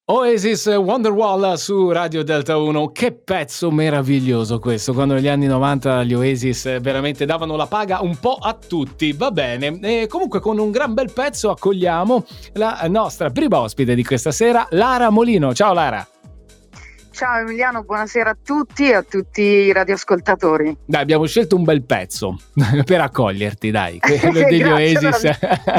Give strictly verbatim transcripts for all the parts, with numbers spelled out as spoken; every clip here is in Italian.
Oasis Wonderwall su Radio Delta uno. Che pezzo meraviglioso questo, quando negli anni novanta gli Oasis veramente davano la paga un po' a tutti. Va bene, e comunque con un gran bel pezzo accogliamo la nostra prima ospite di questa sera, Lara Molino. Ciao Lara. Ciao Emiliano, buonasera a tutti e a tutti i radioascoltatori. Dai, abbiamo scelto un bel pezzo per accoglierti, dai, quello degli Oasis.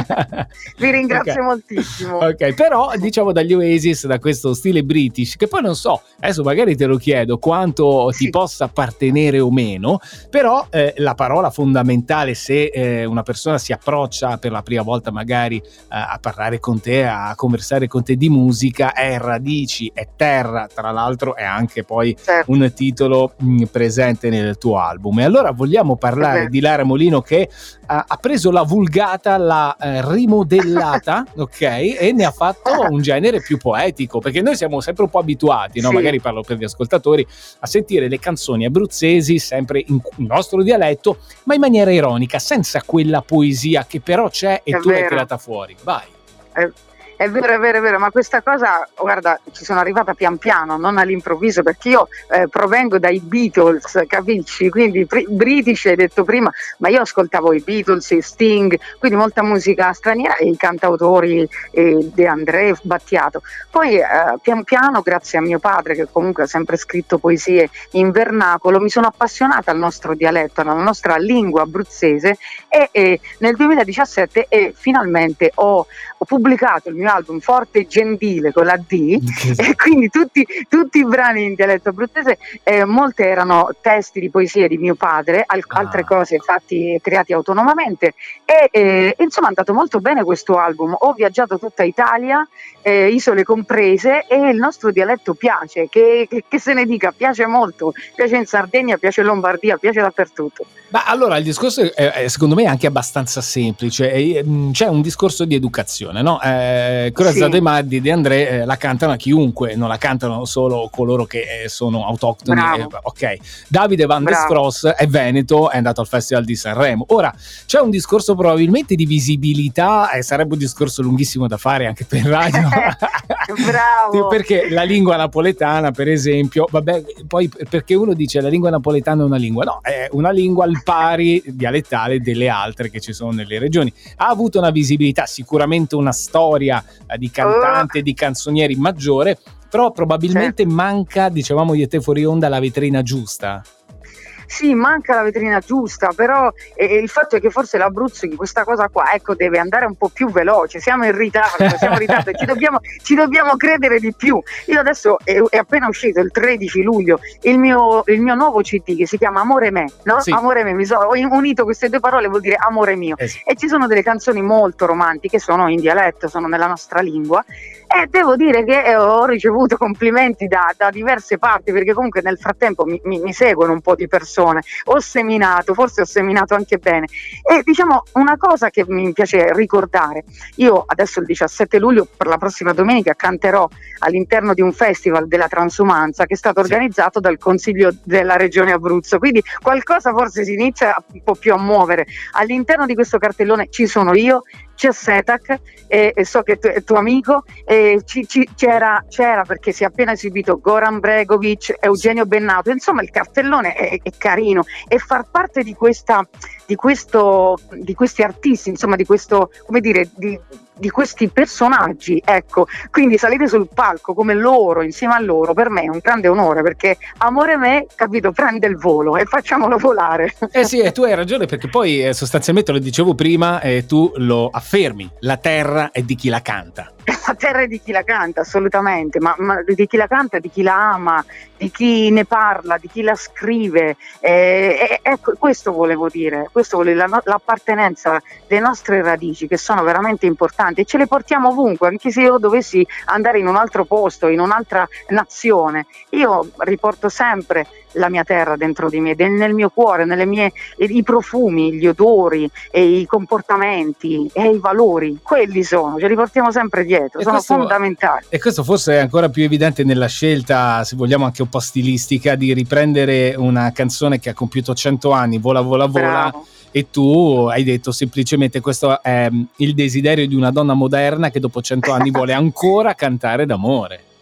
Vi ringrazio okay. moltissimo. Ok, però diciamo dagli Oasis, da questo stile British, che poi non so, adesso magari te lo chiedo quanto sì. ti possa appartenere o meno, però eh, la parola fondamentale se eh, una persona si approccia per la prima volta magari eh, a parlare con te, a conversare con te di musica, è radici, è terra, tra l'altro è anche poi certo. un titolo mh, presente nel tuo album. E allora vogliamo parlare di Lara Molino che ha, ha preso la vulgata, l'ha eh, rimodellata, ok, e ne ha fatto un genere più poetico, perché noi siamo sempre un po' abituati, no? Sì. Magari parlo per gli ascoltatori, a sentire le canzoni abruzzesi sempre in nostro dialetto, ma in maniera ironica, senza quella poesia che però c'è e È tu vero. l'hai tirata fuori. Vai. È... È vero, è vero, è vero, ma questa cosa, guarda, ci sono arrivata pian piano, non all'improvviso, perché io eh, provengo dai Beatles, capisci? Quindi pr- British hai detto prima, ma io ascoltavo i Beatles, i Sting, quindi molta musica straniera e i cantautori eh, De André, Battiato. Poi eh, pian piano, grazie a mio padre, che comunque ha sempre scritto poesie in vernacolo, mi sono appassionata al nostro dialetto, alla nostra lingua abruzzese e, e nel duemiladiciassette e finalmente ho, ho pubblicato il mio album Forte e Gentile con la D e quindi tutti, tutti i brani in dialetto abruzzese, eh, molte erano testi di poesie di mio padre, al- Ah. altre cose fatti creati autonomamente e eh, insomma è andato molto bene questo album. Ho viaggiato tutta Italia, eh, isole comprese, e il nostro dialetto piace, che, che, che se ne dica, piace molto, piace in Sardegna, piace in Lombardia, piace dappertutto. Ma allora il discorso è, è secondo me anche abbastanza semplice, è, c'è un discorso di educazione, no? Eh, Corazzate Sì. Maddi di De André eh, la cantano a chiunque, non la cantano solo coloro che eh, sono autoctoni. Eh, ok, Davide Van der Stross è veneto, è andato al Festival di Sanremo. Ora c'è un discorso probabilmente di visibilità, e eh, sarebbe un discorso lunghissimo da fare anche per radio. Bravo. Perché la lingua napoletana, per esempio, vabbè, poi perché uno dice la lingua napoletana è una lingua, no, è una lingua al pari dialettale delle altre che ci sono nelle regioni. Ha avuto una visibilità, sicuramente una storia eh, di cantante, di canzonieri maggiore, però probabilmente certo. manca, dicevamo io e te fuori onda, la vetrina giusta. Sì, manca la vetrina giusta, però eh, il fatto è che forse l'Abruzzo in questa cosa qua, ecco, deve andare un po' più veloce. Siamo in ritardo, siamo in ritardo, ci dobbiamo, ci dobbiamo credere di più. Io adesso è, è appena uscito il tredici luglio il mio, il mio nuovo C D che si chiama Amore Me, no? Sì. Amore Me, mi sono ho unito queste due parole, vuol dire amore mio. Eh sì. E ci sono delle canzoni molto romantiche, sono in dialetto, sono nella nostra lingua. E devo dire che ho ricevuto complimenti da, da diverse parti, perché comunque nel frattempo mi, mi, mi seguono un po' di persone, ho seminato, forse ho seminato anche bene. E diciamo una cosa che mi piace ricordare, io adesso il diciassette luglio per la prossima domenica canterò all'interno di un festival della transumanza che è stato sì. organizzato dal Consiglio della Regione Abruzzo, quindi qualcosa forse si inizia un po' più a muovere. All'interno di questo cartellone ci sono io, c'è Setak, e, e so che tu, è tuo amico, e ci, ci, c'era, c'era perché si è appena esibito Goran Bregovic, Eugenio Bennato, insomma il cartellone è, è carino, e far parte di questa, di questo, di questi artisti, insomma di questo, come dire, di, di questi personaggi, ecco, quindi salire sul palco come loro, insieme a loro, per me è un grande onore, perché Amore Me, capito, prende il volo e facciamolo volare. Eh sì, e tu hai ragione, perché poi eh, sostanzialmente lo dicevo prima e eh, tu lo affermi, la terra è di chi la canta. La terra è di chi la canta, assolutamente, ma, ma di chi la canta, di chi la ama, di chi ne parla, di chi la scrive. Eh, eh, ecco, questo volevo dire, questo volevo, la, l'appartenenza delle nostre radici, che sono veramente importanti, e ce le portiamo ovunque, anche se io dovessi andare in un altro posto, in un'altra nazione. Io riporto sempre la mia terra dentro di me, nel mio cuore, nelle mie, i profumi, gli odori, e i comportamenti e i valori, quelli sono, ce li portiamo sempre dietro, e sono questo, fondamentali. E questo forse è ancora più evidente nella scelta, se vogliamo anche un po' stilistica, di riprendere una canzone che ha compiuto cento anni, Vola Vola Vola. Bravo. E tu hai detto semplicemente questo è il desiderio di una donna moderna che dopo cento anni vuole ancora cantare d'amore.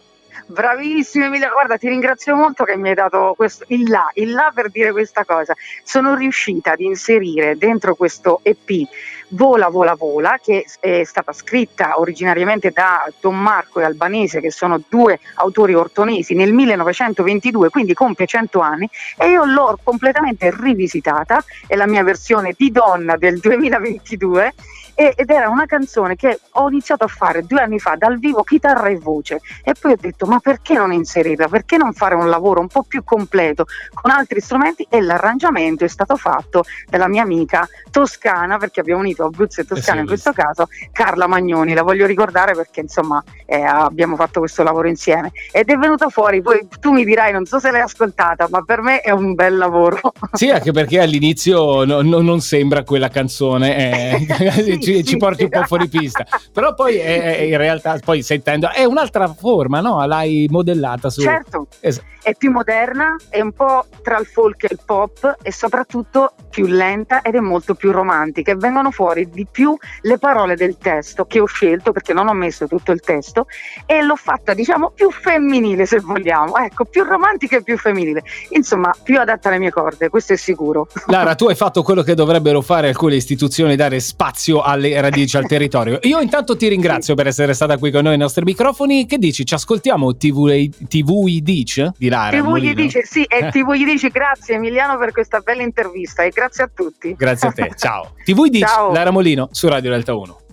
Bravissimo Emilia, guarda, ti ringrazio molto che mi hai dato questo, il là, il là per dire questa cosa. Sono riuscita ad inserire dentro questo E P Vola Vola Vola, che è stata scritta originariamente da Tommarco e Albanese, che sono due autori ortonesi, nel millenovecentoventidue, quindi compie cento anni, e io l'ho completamente rivisitata, è la mia versione di donna del duemilaventidue, ed era una canzone che ho iniziato a fare due anni fa dal vivo, chitarra e voce, e poi ho detto ma perché non inserirla, perché non fare un lavoro un po' più completo con altri strumenti, e l'arrangiamento è stato fatto dalla mia amica toscana, perché abbiamo unito Abruzzo e Toscana, eh sì, in questo caso Carla Magnoni, la voglio ricordare perché insomma eh, abbiamo fatto questo lavoro insieme ed è venuta fuori, poi tu mi dirai, non so se l'hai ascoltata, ma per me è un bel lavoro. Sì, anche perché all'inizio no, no, non sembra quella canzone, eh, sì, ci, sì, ci porti sì. un po' fuori pista, però poi è, è in realtà, poi sentendo, è un'altra forma, no? L'hai modellata su... Certo, es- è più moderna, è un po' tra il folk e il pop e soprattutto più lenta ed è molto più romantica, e vengono fuori di più le parole del testo che ho scelto, perché non ho messo tutto il testo, e l'ho fatta diciamo più femminile, se vogliamo, ecco, più romantica e più femminile, insomma più adatta alle mie corde, questo è sicuro. Lara, tu hai fatto quello che dovrebbero fare alcune istituzioni, dare spazio alle radici, al territorio. Io intanto ti ringrazio per essere stata qui con noi ai nostri microfoni. Che dici, ci ascoltiamo T V, T V gli dice di Lara T V Molino? gli dice, sì, e T V gli dice. Grazie Emiliano per questa bella intervista e grazie a tutti. Grazie a te, ciao. T V gli dice, Lara Molino su Radio Delta uno.